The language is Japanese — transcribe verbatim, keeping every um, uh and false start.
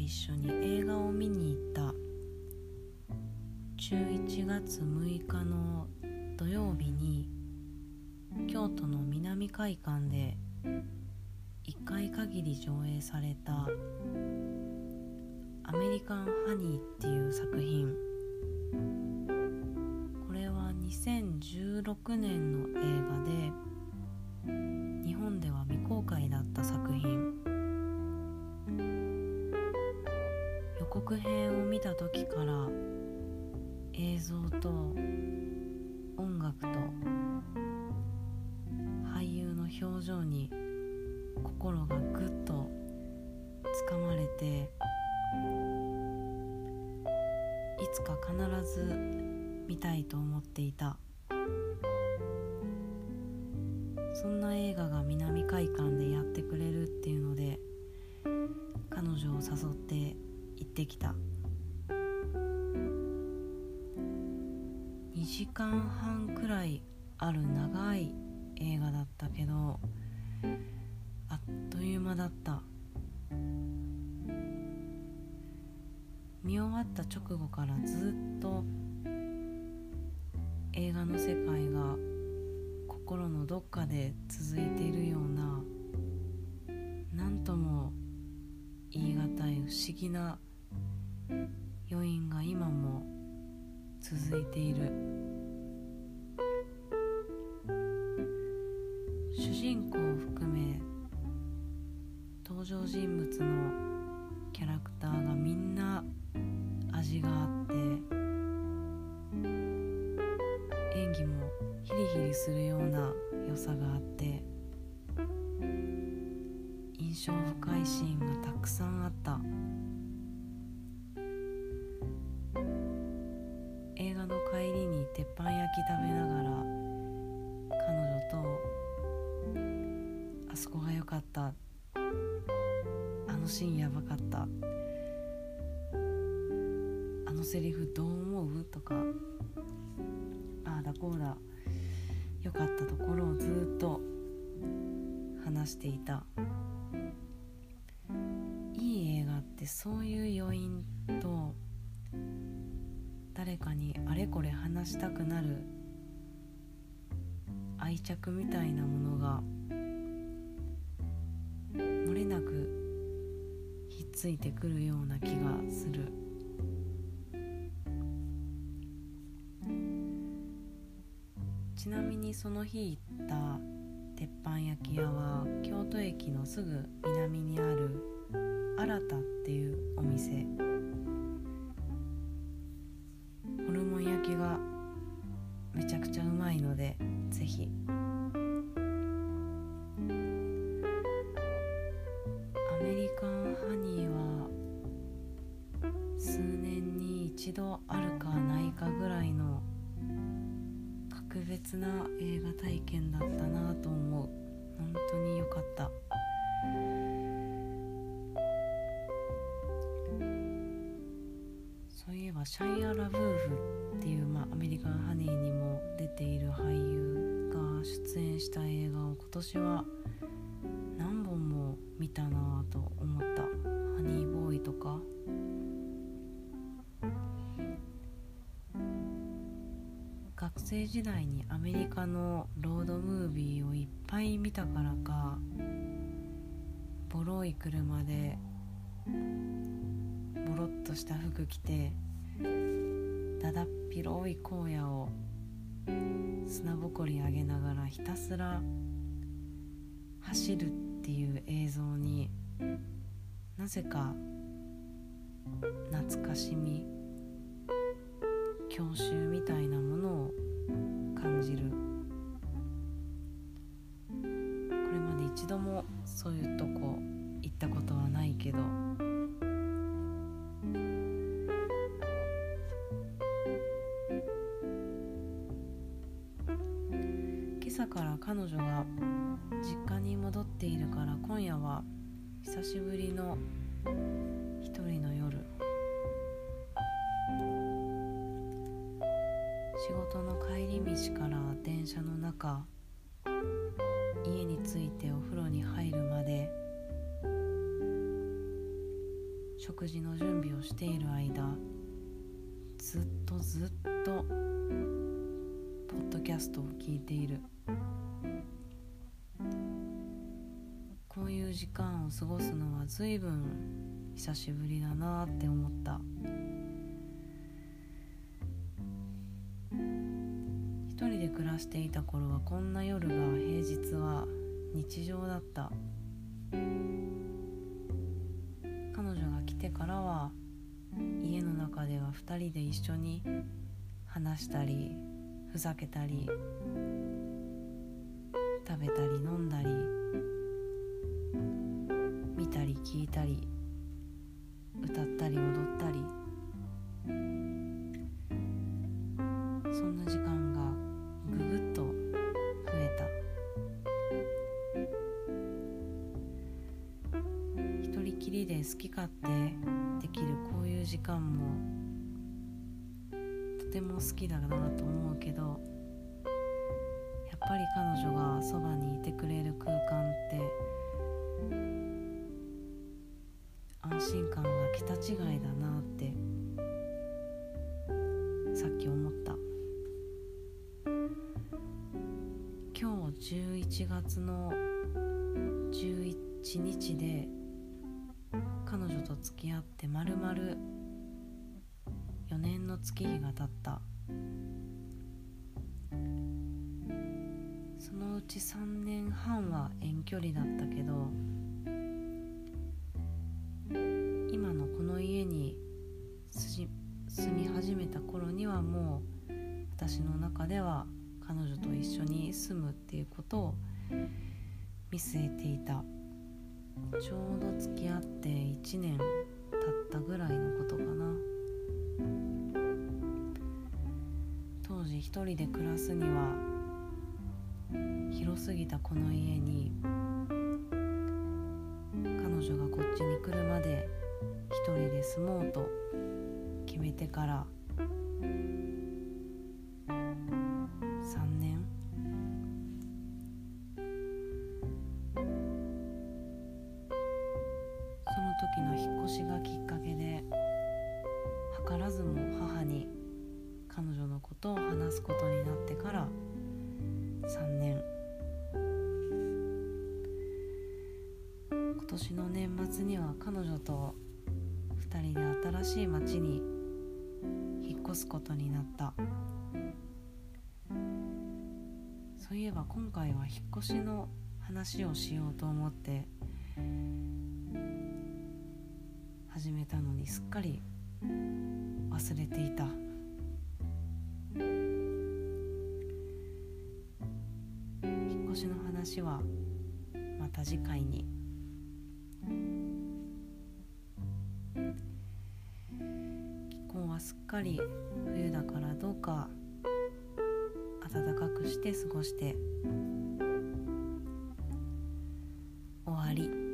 一緒に映画を見に行った。じゅういちがつむいかの土曜日に京都の南会館でいっかい限り上映されたアメリカンハニーっていう作品。これはにせんじゅうろくねんの映画で日本では未公開だった作品。予告編を見た時から映像と音楽と俳優の表情に心がぐっとつかまれて、いつか必ず見たいと思っていた。そんな映画が南海館でやってくれるっていうので、彼女を誘って行ってきた。にじかんはんくらいある長い映画だったけど、あっという間だった。見終わった直後からずっと映画の世界が心のどっかで続いているような、なんとも言い難い不思議な余韻が今も続いている。主人公を含め登場人物のキャラクターがみんな味があって、演技もヒリヒリするような良さがあって、印象深いシーンがたくさんあった。映画の帰りに鉄板焼き食べながら彼女と、あそこが良かった、あのシーンやばかった、あのセリフどう思うとか、ああだこうだ良かったところをずっと話していた。いい映画ってそういう余韻と、誰かにあれこれ話したくなる愛着みたいなものが漏れなくひっついてくるような気がする。ちなみにその日行った鉄板焼き屋は京都駅のすぐ南にある新田っていうお店。ホルモン焼きがめちゃくちゃうまいので、ぜひ。アメリカンハニーは数年に一度あるかないかぐらいの特別な映画体験だったなと思う。本当に良かった。そういえばシャイア・ラブーフっていう、まあ、アメリカンハニーにも出ている俳優が出演した映画を今年は何本も見たなと思った。ハニーボーイとか、学生時代にアメリカのロードムービーをいっぱい見たからか、ボロい車でボロっとした服着て、だだっ広い荒野を砂ぼこり上げながらひたすら走るっていう映像に、なぜか懐かしみ、郷愁みたいなものを感じる。これまで一度もそういうとこ行ったことはないけど、今朝から彼女が実家に戻っているから、今夜は久しぶりの一人の夜。仕事の帰り道から電車の中、家に着いてお風呂に入るまで、 食事の準備をしている間、ずっとずっとポッドキャストを聞いている。こういう時間を過ごすのはずいぶん久しぶりだなって思った。一人で暮らしていた頃はこんな夜が平日は日常だった。彼女が来てからは家の中では二人で一緒に話したりふざけたり食べたり飲んだり見たり聞いたり歌ったり踊ったり、そんな時間がぐぐっと増えた。一人きりで好き勝手できるこういう時間もとても好きだなと思うけど、やっぱり彼女がそばにいてくれる空間って安心感が桁違いだなってさっき思った。今日じゅういちがつのじゅういちにちで彼女と付き合ってまるまるよねんの月日が経った。そのうちさんねんはんは遠距離だったけど、今のこの家に住み始めた頃にはもう私の中では彼女と一緒に住むっていうことを見据えていた。ちょうど付き合っていちねん経ったぐらいのことかな。当時一人で暮らすには広すぎたこの家に、彼女がこっちに来るまで一人で住もうと決めてからさんねん、その時の引っ越しがきっかけで図らずも母に彼女のことを話すことになってからさんねん、今年の年末には彼女とふたりで新しい町に引っ越すことになった。そういえば今回は引っ越しの話をしようと思って始めたのにすっかり忘れていた。引っ越しの話はまた次回に。気候はすっかり冬だからどうか暖かくして過ごして。終わり。